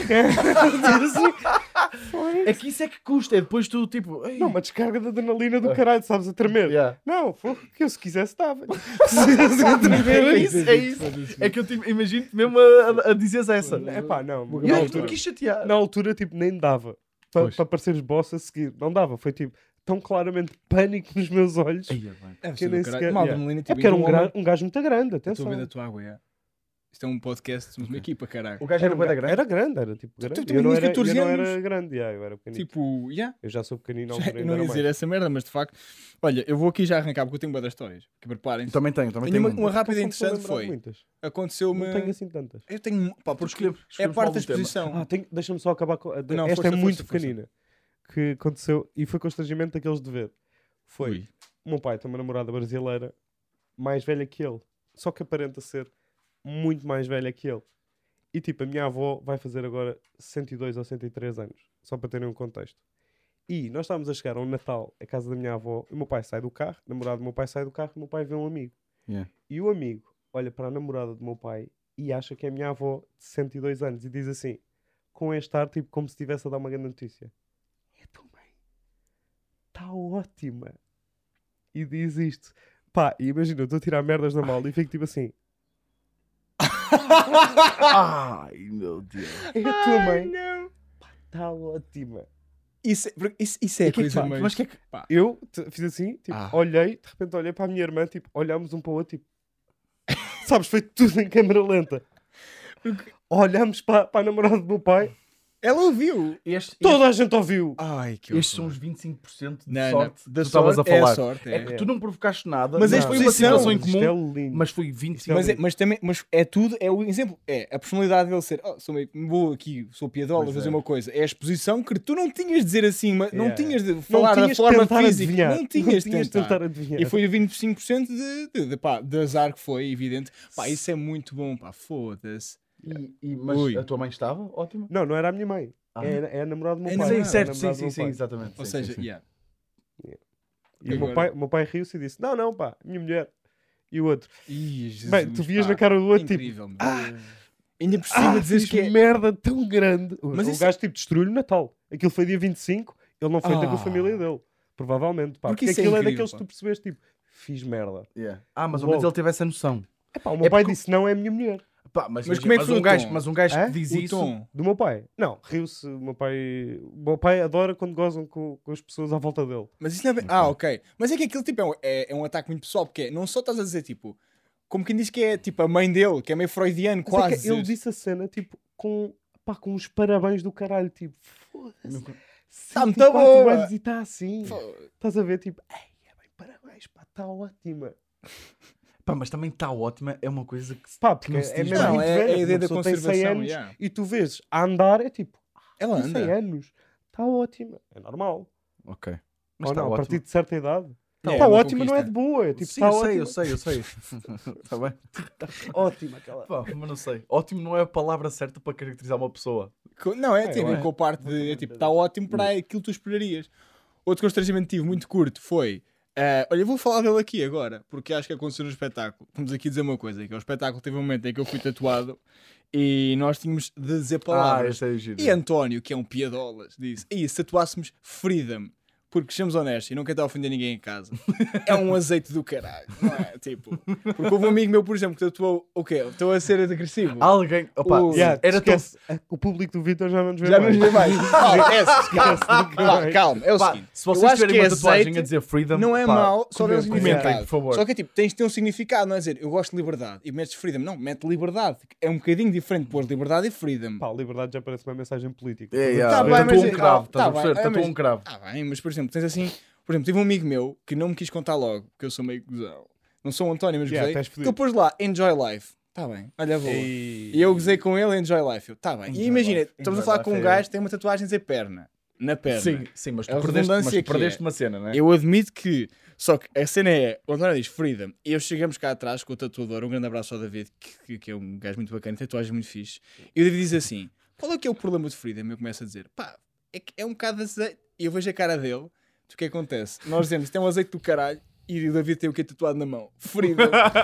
assim, foi. É que isso é que custa. É depois tu, tipo. Ei, Não, uma descarga de adrenalina do caralho, sabes, a tremer. yeah. Não, foi que eu se quisesse estava. a tremer. É isso, é isso. É que eu tipo, imagino-te mesmo a, a, a dizeres essa. É pá, não. E Na eu altura, não quis chatear. na altura, tipo, nem dava. Para Pois. pa pareceres boss a seguir. Não dava. Foi tipo, tão claramente pânico nos meus olhos. Ei, bem. É, Que eu nem sequer- Mal, yeah. adrenalina, É tipo, porque era um, então, gra- homem, um gajo muito grande, Estou a atenção. ver da tua água, yeah. Isto é um podcast, somos uma equipa, caralho. O gajo era um bué da ga- grande. Era grande, era tipo grande. tu eu não tinhas era, catorze eu não era anos. grande, yeah, eu era pequenino. Tipo, yeah. Eu já sou pequenino na Já- altura, eu ainda não era ia dizer mais. essa merda, mas de facto, olha, eu vou aqui já arrancar porque eu tenho boas histórias. Que preparem-se. Também tenho, também Tenho tenho. uma, uma rápida Não estou a interessante lembrar de foi. muitas. Aconteceu-me. Não tenho assim tantas. Eu tenho. Pá, porque escolhemos- é a escolhemos parte logo da um tema. exposição. Ah, tenho- deixa-me só acabar com. Não, Esta força, é muito força, força. pequenina. Que aconteceu e foi constrangimento daqueles de ver. Foi. Ui. O meu pai tem uma namorada brasileira mais velha que ele. Só que aparenta ser muito mais velha que ele. E tipo, a minha avó vai fazer agora cento e dois ou cento e três anos. Só para terem um contexto. E nós estávamos a chegar ao Natal, à casa da minha avó, e o meu pai sai do carro, o namorado do meu pai sai do carro, e o meu pai vê um amigo. Yeah. E o amigo olha para a namorada do meu pai e acha que é a minha avó de cento e dois anos e diz assim, com este ar, tipo, como se estivesse a dar uma grande notícia. É a tua mãe. Está ótima. E diz isto. Pá, e imagina, eu estou a tirar merdas na mala e fico tipo assim, Ai, meu Deus. é a tua mãe. Não. Está ótima. Isso, é- porque isso, isso é E a que é que coisa faz? mais. Mas que é que... Eu te- fiz assim, tipo, Ah. olhei, de repente olhei para a minha irmã, tipo, olhámos um para o outro, tipo, sabes, foi tudo em câmera lenta. Olhámos para, para a namorada do meu pai Ela ouviu. Este, Toda a gente ouviu. Ai, que este, estes são horror. os vinte e cinco por cento de Não, sorte não. Da que tu estavas a sorte é falar. sorte, É é. que tu não provocaste nada, Mas mas a foi uma exposição- situação em Isto comum, é lindo. mas foi vinte e cinco Mas, é, mas também mas é tudo, é o exemplo, é a personalidade dele ser, oh, sou meio, vou aqui, sou piadola, Pois vou fazer é. uma coisa. É a exposição que tu não tinhas de dizer assim, mas não Yeah. tinhas de Não falar da tinhas de forma tentar física, adivinhar. não tinhas de tinhas de tentar. tentar adivinhar. E foi a vinte e cinco por cento de, de, de, pá, de azar que foi, evidente. Pá, isso é muito bom, pá, foda-se. E, e- mas Ui. a tua mãe estava? Ótimo. Não, não era a minha mãe. Ah. É, é a namorada do meu É pai. sim, É a certo, namorada sim, do meu sim, sim, pai. exatamente. Ou sim, seja, sim, sim. yeah. E o meu Agora- pai, o meu pai riu-se e disse: Não, não, pá, minha mulher. E o outro. Ih, Jesus, Bem, tu vias pá, na cara do outro, tipo, incrível, meu. Ainda por cima Ah, dizes fiz que é... merda tão grande. O, Mas o isso- gajo tipo destruiu-lhe o Natal. Aquilo foi dia vinte e cinco, ele não foi ter com a Ah. família dele. Provavelmente, pá. Porque Porque, isso é aquilo é, incrível, daqueles pá. que tu percebes, tipo, fiz merda. Yeah. Ah, mas ao Logo. menos ele teve essa noção. Epá, o meu É pai porque- disse: Não é a minha mulher. Pá, mas, Mas imagina, como é que mas foi um o gajo, tom? mas um gajo Hã? que diz O isso... tom. Do meu pai. Não, riu-se. O meu pai. O meu pai adora quando gozam com, com as pessoas à volta dele. Mas isso não é bem... Ah, ok. Mas é que aquilo tipo, é, um, é, é um ataque muito pessoal, porque é, não só estás a dizer tipo, como quem diz que é tipo a mãe dele, que é meio freudiano, Mas é quase. que ele disse a cena, tipo, com, pá, com os parabéns do caralho. Tipo, foda-se. Tá muito cento e quatro boa. anos e está assim. Fo- Estás a ver, tipo, ei, é bem, parabéns, pá, está ótima. Pá, mas também está ótima, é uma coisa que... se- Pá, porque Não é, se é diz mesmo Não, muito é- velha. é a ideia Uma da pessoa tem cem conservação, anos yeah. e tu vês a andar, é tipo, Ela tem cem anda. anos, está ótima. É normal. Ok. Mas Mas Ou está não, a ótimo. partir de certa idade. É, Está é uma ótima, não é conquista. de boa. É tipo, Sim, está eu sei, ótima. eu sei, eu sei. Está bem? Ótima aquela. Pá, mas não sei. Ótimo não é a palavra certa para caracterizar uma pessoa. Co- Não, é, É, tem a ver é. com a parte de, é, tipo, está ótimo para aquilo que tu esperarias. Outro constrangimento que tive muito curto foi, ah, olha, eu vou falar dele aqui agora, porque acho que aconteceu no espetáculo. Vamos aqui dizer uma coisa, que o espetáculo teve um momento em que eu fui tatuado e nós tínhamos de dizer Ah, palavras. este é o giro. E António, que é um piadolas, disse, e se tatuássemos Freedom, porque sejamos honestos e não quero estar a ofender ninguém em casa, é um azeite do caralho, não é? Tipo, porque houve um amigo meu, por exemplo, que tatuou, o quê? Estou a ser agressivo. Alguém... Opa, O- Yeah, era tão... esquece. O público do Vitor já não nos vê Já não mais. nos vê mais. Calma, é, calma, calma, calma, é o Pá, seguinte. se eu vocês acho tiverem que uma tatuagem azeite a dizer freedom, não é pá, mau, só tem um comentem, significado. por favor. Só que é tipo, tens de ter um significado, não é dizer eu gosto de liberdade e metes freedom. Não, mete liberdade. É um bocadinho diferente pôr liberdade e freedom. Pá, a liberdade já parece uma mensagem política. É, Estás a yeah, Tá perceber? bem, tatuou mas- um cravo, tá estás a bem, perceber? é, Tatuou mas- um cravo. Ah, bem, mas por exemplo, tens assim. Por exemplo, tive um amigo meu que não me quis contar logo, porque eu sou meio gozão. Não sou o António, mas Yeah, gozei. estás Que fodido. ele pôs lá Enjoy Life. Tá bem, olha, vou. Ei. E eu gozei com ele Enjoy Life. Eu, tá bem. Enjoy E imagina, life. estamos a Enjoy falar life com um é- gajo que tem uma tatuagem a dizer perna. Na perna. Sim, sim, mas tu A perdeste, mas redundância tu que perdeste é. uma cena, não é? Eu admito que. Só que a cena é. O António diz Freedom. E eu chegamos cá atrás com o tatuador. Um grande abraço ao David, que, que é um gajo muito bacana, tatuagem muito fixe. E o David diz assim: qual é que é o problema de Freedom? Eu começo a dizer: pá, é que é um bocado de azeite. E eu vejo a cara dele. O que acontece? Nós dizemos: isto é um azeite do caralho. E o David tem o que tatuado na mão? Freedom.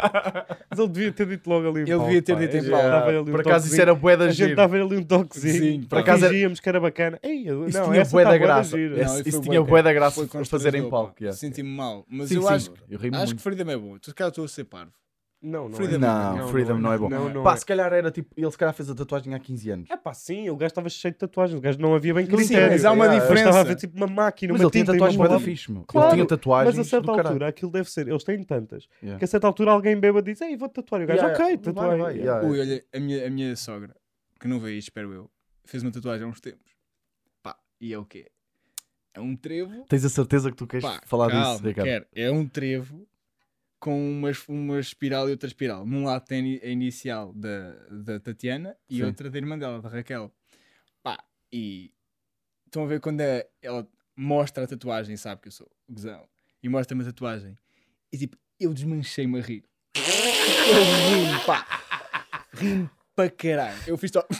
Mas ele devia ter dito logo ali. em Ele palco, devia ter pá. dito em A gente palco. dava-lhe ali um Por acaso isso toquezinho. era bué da A gente giro. dava-lhe ali um toquezinho. Sim, Por por acaso acaso era- fingíamos que era bacana. Ei, eu- Isso não, tinha essa bué tá da bué graça. gira. Esse- Não, isso foi tinha bué bué da bacana. graça Foi a fazer em constrangedor, palco. pá. yeah. Senti-me mal. Mas Sim, eu sim, acho, eu ri-me acho muito. que Freedom é bom. Tu, cara, estou a ser parvo. Não, não Freedom é. Não, Freedom não é bom. Não, não Pá, é. se calhar era tipo, ele se calhar fez a tatuagem há quinze anos. É pá, sim, o gajo estava cheio de tatuagens. O gajo não havia bem Sim, critério. mas há uma Yeah, Eu estava a diferença. ver tipo uma máquina, Mas uma ele tinha tinta e uma tatuagens bué da palavra. fixe, meu. Claro, Ele tinha tatuagens Mas a certa do caralho. altura aquilo deve ser, eles têm tantas, Yeah. que a certa altura alguém beba diz, ei, vou tatuar. E o gajo, Yeah, ok, yeah, vai, tatuei. vai, yeah. Ui, olha, a minha, a minha sogra, que não veio isto, espero eu, fez uma tatuagem há uns tempos. Pá, e é o quê? É um trevo. Tens a certeza que tu queres Pá, falar calma, disso, Ricardo? quero. É um trevo com uma, uma espiral e outra espiral. Num lado tem a inicial da, da Tatiana e Sim. outra da irmã dela, da Raquel. Pá, e estão a ver quando é- ela mostra a tatuagem, sabe que eu sou gozão, e mostra-me a tatuagem. E tipo, eu desmanchei-me a rir. Eu ri-me, pá. Ri-me para caralho. Eu fiz só...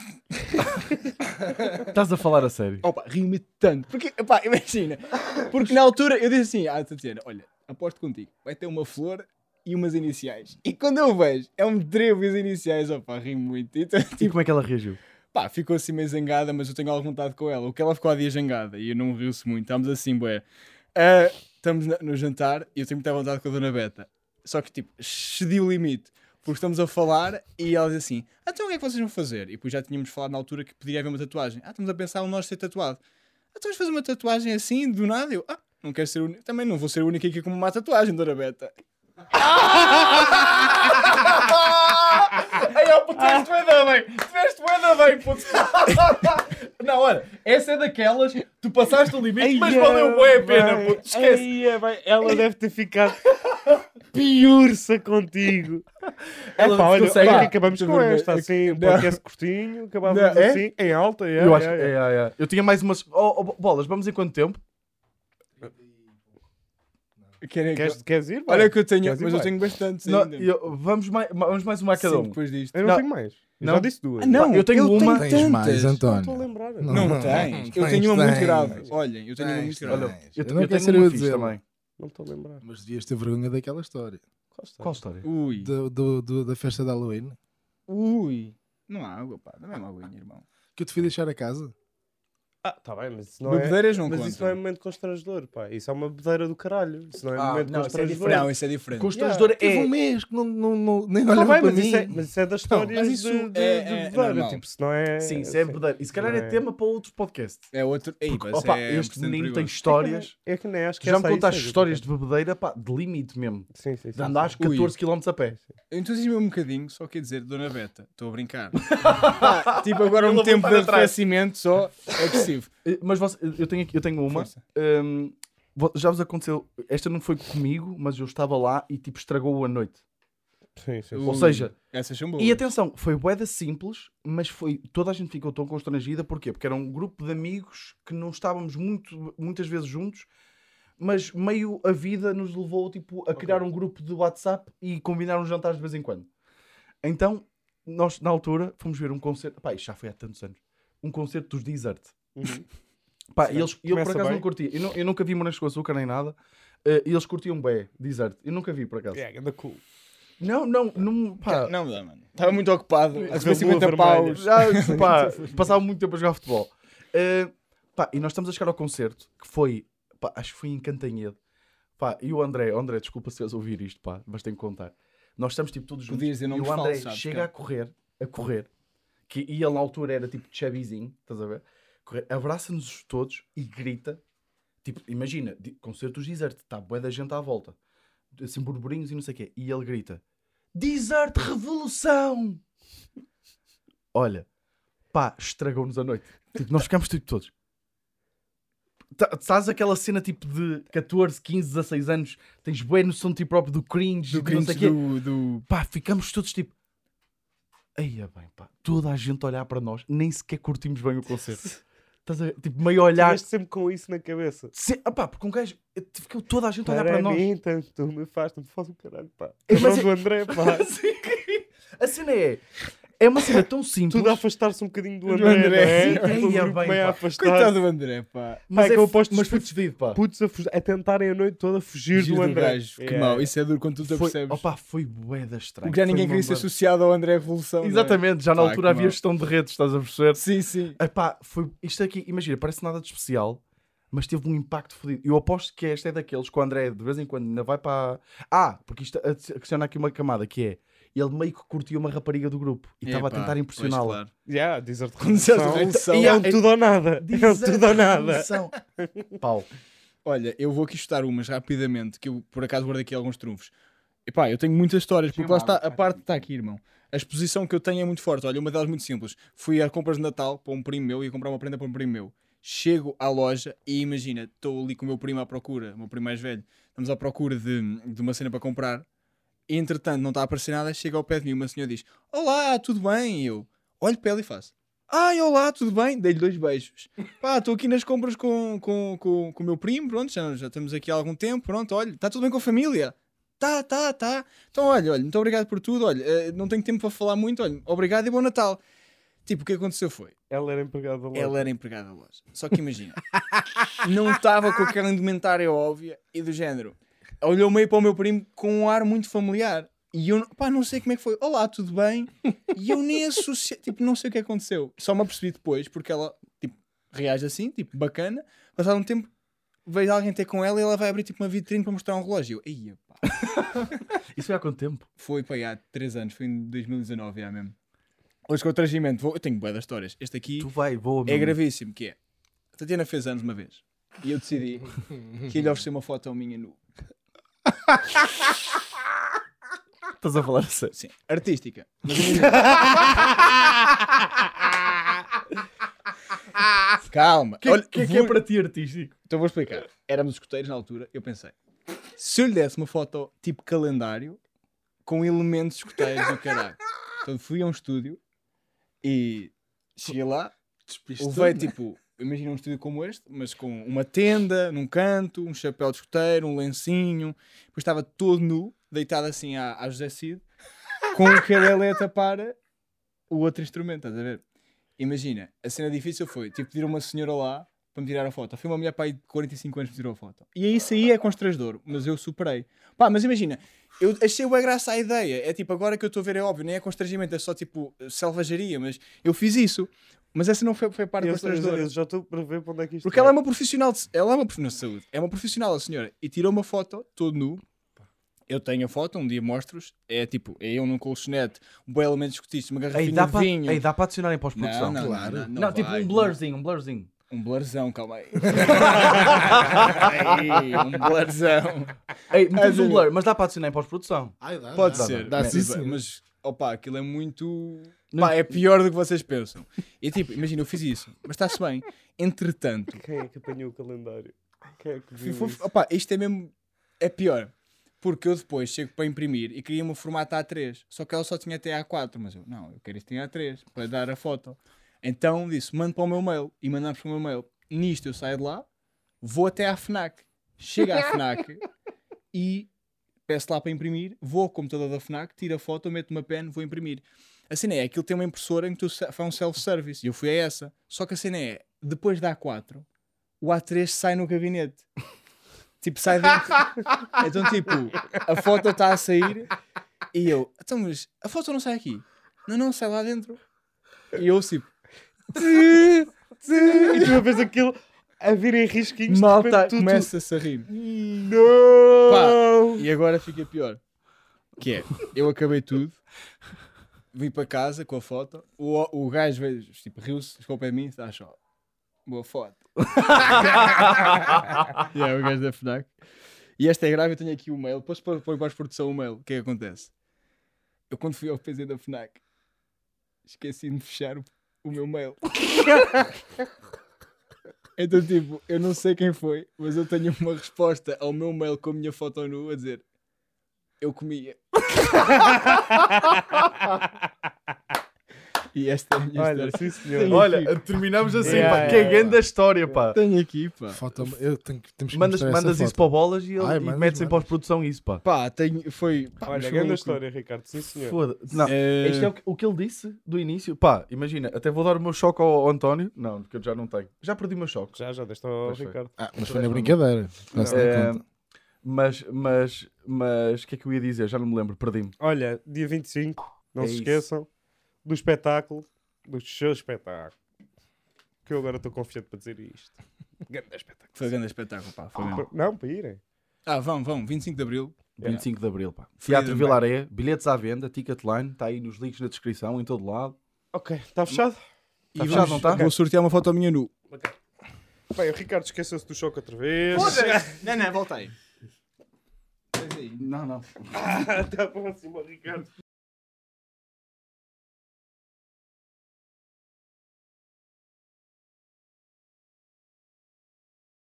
Estás a falar a sério? Opa, ri-me tanto. Porque, pá, imagina. Porque na altura eu disse assim à Tatiana: olha, aposto contigo, vai ter uma flor e umas iniciais. E quando eu vejo, é um trevo e as iniciais, opa, ri-me muito. Então, E tipo, como é que ela reagiu? pá, ficou assim meio zangada, mas eu tenho alguma vontade com ela. O que ela ficou há dias zangada e eu não riu-se muito. Estamos assim, bué. Ah, estamos na- no jantar e eu tenho muita vontade com a Dona Beta. Só que, tipo, excedi o limite. Porque estamos a falar e ela diz assim: ah, então o que é que vocês vão fazer? E depois já tínhamos falado na altura que podia haver uma tatuagem. Ah, estamos a pensar um nós ser tatuado. Ah, então vamos fazer uma tatuagem assim, do nada? Eu, ah, não quero ser o único. Também não vou ser o único aqui com uma tatuagem, Dona Beta. Ai, ó, puto, tu veste bué da bem. Tu veste bué da bem, puto. Não, olha, essa é daquelas, tu passaste o limite, mas valeu bué a pena, puto. Esquece. Ai, é bem. Ela deve ter ficado piurça contigo. Ela É pá, olha, consegue- olha pá, que acabamos muito com vergonha. esta, assim, um Não. podcast curtinho, acabamos Não, é? assim, em alta. É, Eu acho é, que. é. É, é, é. Eu tinha mais umas. Oh, oh, bolas, vamos em quanto tempo? Querem- Queres, queres ir? Vai. Olha que eu tenho, Queres ir? mas eu Vai. tenho bastantes Não, ainda. eu- vamos, mais, vamos mais uma a cada Cinco um. depois disto. Eu não, Não. tenho mais. Eu Não. já disse duas. Ah, não, eu tenho uma- Tens tantas. mais, Não António. estou a lembrar. Não, Não, tens. Eu tens, tenho uma muito tens. grave. Olhem, eu tenho uma muito Tens, grave. Olha, tens. eu, Eu não eu quero tenho ser eu uma a fixe dizer. também. Não estou a lembrar. Mas devias ter vergonha daquela história. Qual história? Qual história? Ui. Do, do, do- da festa de Halloween. Ui. Não há água, pá. Não é uma aguinha, irmão. Que eu te fui deixar a casa. Ah, tá bem, mas isso não é... Bebedeiras não Mas contam. isso não é momento constrangedor, pá. Isso é uma bebedeira do caralho. Isso não é Ah, momento não, isso é constrangedor. diferente. Não, isso é diferente. Constrangedor Teve um é. mês que não, não, não, nem Tá olhava bem, para mas mim. isso, é, mas isso é das histórias mas isso de, de, é- de é- é bebedeira. normal. Tipo, se não é... Sim, isso é verdade. E se calhar é Não é- tema para outro podcast. É outro. Ei, Porque, mas opa, é este bastante menino tem perigoso. histórias. É que nem acho que Já me essa aí contaste seja, histórias de portanto. bebedeira, pá, de limite mesmo. Sim, sim, sim. De andares Ui. catorze quilómetros a pé. Eu entusiasmo um bocadinho, só quer dizer, Dona Beta, estou a brincar. Pá, tipo, agora Ele um a tempo voltar de atrás. arrefecimento só é agressivo. Eh, Mas você- eu, tenho, aqui- eu tenho uma. Força. Hum, vo- já vos aconteceu. Esta não foi comigo, mas eu estava lá e tipo estragou a noite. Sim, sim. Ou Ui, seja, essas são boas. E atenção, foi bué simples, mas foi toda a gente ficou tão constrangida. Porquê? Porque era um grupo de amigos que não estávamos muito, muitas vezes juntos, mas meio a vida nos levou tipo, a criar um grupo de WhatsApp e combinar uns jantares de vez em quando. Então, nós na altura fomos ver um concerto. Pá, isto já foi há tantos anos. Um concerto dos Desert. Uhum. Pá, e eles, eu por Começa acaso bem. não curtia. Eu, não- eu nunca vi Morangos com Açúcar nem nada. Eh, e eles curtiam bem Desert. Eu nunca vi por acaso. É, anda cool. Não, não, não. Pá, Não, não, mano. Estava muito ocupado. A Lua receber cinquenta vermelha. paus. Já, pá, passava muito tempo a jogar futebol. Eh, pá, e nós estamos a chegar ao concerto, que foi, pá, acho que foi em Cantanhede. Pá, e o André, o André, desculpa se vais ouvir isto, pá, mas tenho que contar. Nós estamos tipo todos juntos. Podias dizer E nomes o André falsos, sabes, chega cara? a correr, a correr, que, e ele na altura era tipo chabizinho, estás a ver? Correr, abraça-nos todos e grita. Tipo, imagina, di- concertos Desert, está bué da gente à volta, assim burburinhos e não sei o quê. E ele grita: Desert Revolução! Olha, pá, estragou-nos a noite. Tipo, nós ficámos tipo todos. Tá- Sabes aquela cena tipo de catorze, quinze, dezasseis anos, tens bué noção de ti próprio do cringe, Do de não cringe sei o quê. do, do... Pá, ficamos todos tipo. Eia bem, pá, toda a gente a olhar para nós, nem sequer curtimos bem o concerto. Estás a ver? Tipo, meio a olhar. Estiveste sempre com isso na cabeça. Se... Ah, pá, porque um gajo. Ficou toda a gente a olhar para Para nós. mim, tanto tu me faz, tanto faz o caralho, pá. É, mas Mas é- do André, pá. Sim. A cena é. É uma cena tão simples. Tudo a afastar-se um bocadinho do Do André, André. não é? Ei, Tipo, o é grupo bem, meio a pá. afastar. Coitado do André, pá. Mas, Pá, é que eu aposto mas que foi se- despedido, pá. Putos a, fugir- a tentarem a noite toda fugir Giro do do André. gajo. Que É. mau. Isso é duro quando tu te Foi, apercebes. opa, foi bué da estranho. Porque já ninguém Foi queria ser uma bué- associado ao André Revolução. não é? Exatamente, já na Pá, altura que havia mau. gestão de redes, estás a perceber? Sim, sim. Epá, foi isto aqui, imagina, parece nada de especial, mas teve um impacto fodido. Eu aposto que esta é daqueles que o André de vez em quando ainda vai para. Ah, porque isto adiciona aqui uma camada que é. Ele meio que curtia uma rapariga do grupo e estava a Epá, tentar pois, impressioná-la. claro. Yeah, Desert Desert Revolução. Revolução. E é um tudo ou nada. É um tudo ou nada. Revolução. Pau. Olha, eu vou aqui chutar umas rapidamente, que eu por acaso guardei aqui alguns trunfos. Epá, eu tenho muitas histórias, porque lá está, a parte está aqui, irmão. A exposição que eu tenho é muito forte. Olha, uma delas muito simples. Fui a compras de Natal para um primo meu e ia comprar uma prenda para um primo meu. Chego à loja e imagina, estou ali com o meu primo à procura, o meu primo mais velho. Estamos à procura de, de uma cena para comprar. E, entretanto, não está a aparecer nada. Chega ao pé de mim, uma senhora diz: Olá, tudo bem? E eu olho para ela e faço: Ai, olá, tudo bem? Dei-lhe dois beijos. Pá, estou aqui nas compras com, com, com, com o meu primo, pronto, já, já estamos aqui há algum tempo, pronto, olha, está tudo bem com a família? Tá, tá, tá. Então, olha, olha, muito obrigado por tudo, olha, eh, não tenho tempo para falar muito, olha, obrigado e bom Natal. Tipo, o que aconteceu foi, Ela era empregada da loja. ela era empregada da loja, só que imagina, não estava com aquela indumentária óbvia e do género, olhou meio para o meu primo com um ar muito familiar. E eu, pá, não sei como é que foi. Olá, tudo bem? E eu nem associei, tipo, não sei o que aconteceu. Só me apercebi depois, porque ela, tipo, reage assim, tipo, bacana. Passado um tempo, veio alguém ter com ela e ela vai abrir, tipo, uma vitrine para mostrar um relógio. Eu, Eia, pá. Isso foi há quanto tempo? Foi, pá, há três anos. Foi em dois mil e dezanove, já mesmo. Hoje com o tragimento, vou, eu tenho bué das histórias. Este aqui Tu vai, voa é mesmo. gravíssimo, que é. A Tatiana fez anos uma vez. E eu decidi que ia lhe oferecer uma foto minha nu. Estás a falar a sério? Sim, artística. Mas imagina- Calma. O Olha, que é que vou- é para ti artístico? Então vou explicar. Éramos escuteiros na altura, eu pensei, se eu lhe desse uma foto tipo calendário, com elementos escuteiros e caralho. Então fui a um estúdio e cheguei lá, levei tipo, imagina um estúdio como este, mas com uma tenda num canto, um chapéu de escuteiro, um lencinho, depois estava todo nu, deitado assim à, à José Cid, com o ukulele a tapar o outro instrumento, estás a ver? Imagina, a cena difícil foi, tipo, pedir a uma senhora lá para me tirar a foto. Foi uma mulher pai de quarenta e cinco anos que me tirou a foto. E aí isso aí é constrangedor, mas eu superei. Pá, mas imagina, eu achei uma graça à ideia. É tipo, agora que eu estou a ver é óbvio, nem é constrangimento, é só tipo selvageria, mas eu fiz isso. Mas essa não foi, foi a parte Eu, eu, constrangedora. eu já estou para ver para onde é que isto Porque ela é uma profissional de, ela é uma profissional de saúde, é uma profissional a senhora, e tirou uma foto todo nu. Eu tenho a foto, um dia mostro-vos. É tipo, é eu num colchonete, um bom elemento escutista, uma Aí garrafinha dá de para vinho. aí dá para adicionar em pós-produção. Não, não, Claro. não, não, Não, tipo vai, um blurzinho, um blurzinho. Um blurrzão, calma aí. Ai, um blurrzão. Ei, metemos Ah, um blur, mas dá para adicionar em pós-produção. Ai, dá, Pode dá, ser, dá, dá sim, sim, sim. mas opa, aquilo é muito. Não- Pá, é pior do que vocês pensam. E tipo, imagina, eu fiz isso, mas está-se bem. Entretanto, Quem é que apanhou o calendário? Quem é que fui- viu fui- isso? opa, isto é mesmo. É pior. Porque eu depois chego para imprimir e queria um formato A três. Só que ela só tinha até A quatro. Mas eu, não, eu quero isto em A três para dar a foto. Então disse, mando para o meu mail. E mandamos para o meu mail. Nisto eu saio de lá, vou até à FNAC. Chego à FNAC e peço lá para imprimir. Vou ao computador da FNAC, tiro a foto, meto uma pen, vou imprimir. A cena é, aquilo tem uma impressora em que tu se- faz um self-service. E eu fui a essa. Só que a cena é, depois da A quatro, o A três sai no gabinete. Tipo, sai dentro. Então, tipo, a foto está a sair e eu, então, mas a foto não sai aqui. Não, não, sai lá dentro. E eu, tipo, E tu a vês aquilo a vir em risquinhos. de malta, repente tu- tu- começa-se a rir. Não! Pá, e agora fica pior. Que é, eu acabei tudo, vim para casa com a foto, o, o gajo veio, tipo, riu-se, ficou para mim e está só, boa foto. E é o gajo da FNAC. E esta é grave, eu tenho aqui o mail, depois pôr pôr para a produção o mail, o que é que acontece? Eu quando fui ao P Z da FNAC, esqueci de fechar o, o meu mail. Então, tipo, eu não sei quem foi, mas eu tenho uma resposta ao meu mail com a minha foto nu a dizer eu comia. E esta é a minha Olha, história. sim senhor. Olha, terminamos assim, Yeah, pá. yeah, Que é yeah. grande a história, pá. Tenho aqui, pá. Foto, eu tenho, que- temos que Mandas, mostrar essa mandas isso foto. para o Bolas e, ele, Ai, e mandas, metes em mandas. pós-produção isso, pá. Pá, tenho, foi... Pá, Olha, mas foi grande loucura. história, Ricardo. Sim senhor. Foda-se. Não, Eh, isto é o que, o que ele disse do início. Pá, imagina, até vou dar o meu choque ao, ao António. Não, porque eu já não tenho. Já perdi o meu choque. Já, já deste ao Pois foi. Ricardo. Ah, mas foi na brincadeira. Não se dá Eh, conta. mas, mas, mas, o que é que eu ia dizer? Já não me lembro, perdi-me. Olha, dia vinte e cinco, não É se isso. esqueçam do espetáculo, do seu espetáculo. Que eu agora estou confiante para dizer isto. Grande espetáculo. Foi um grande espetáculo, pá. Foi mesmo. Não, para irem. Ah, vão, vão. vinte e cinco de Abril. vinte e cinco de Abril, pá. Freedom Teatro Vilaré, bilhetes à venda, Ticketline, está aí nos links na descrição, em todo lado. Ok, está fechado? E Tá fechado, vamos- não tá? Vou sortear uma foto minha nu. Bem, o Ricardo esqueceu-se do choque outra vez. Não, não, volta aí. Não, não. Até a próxima, Ricardo.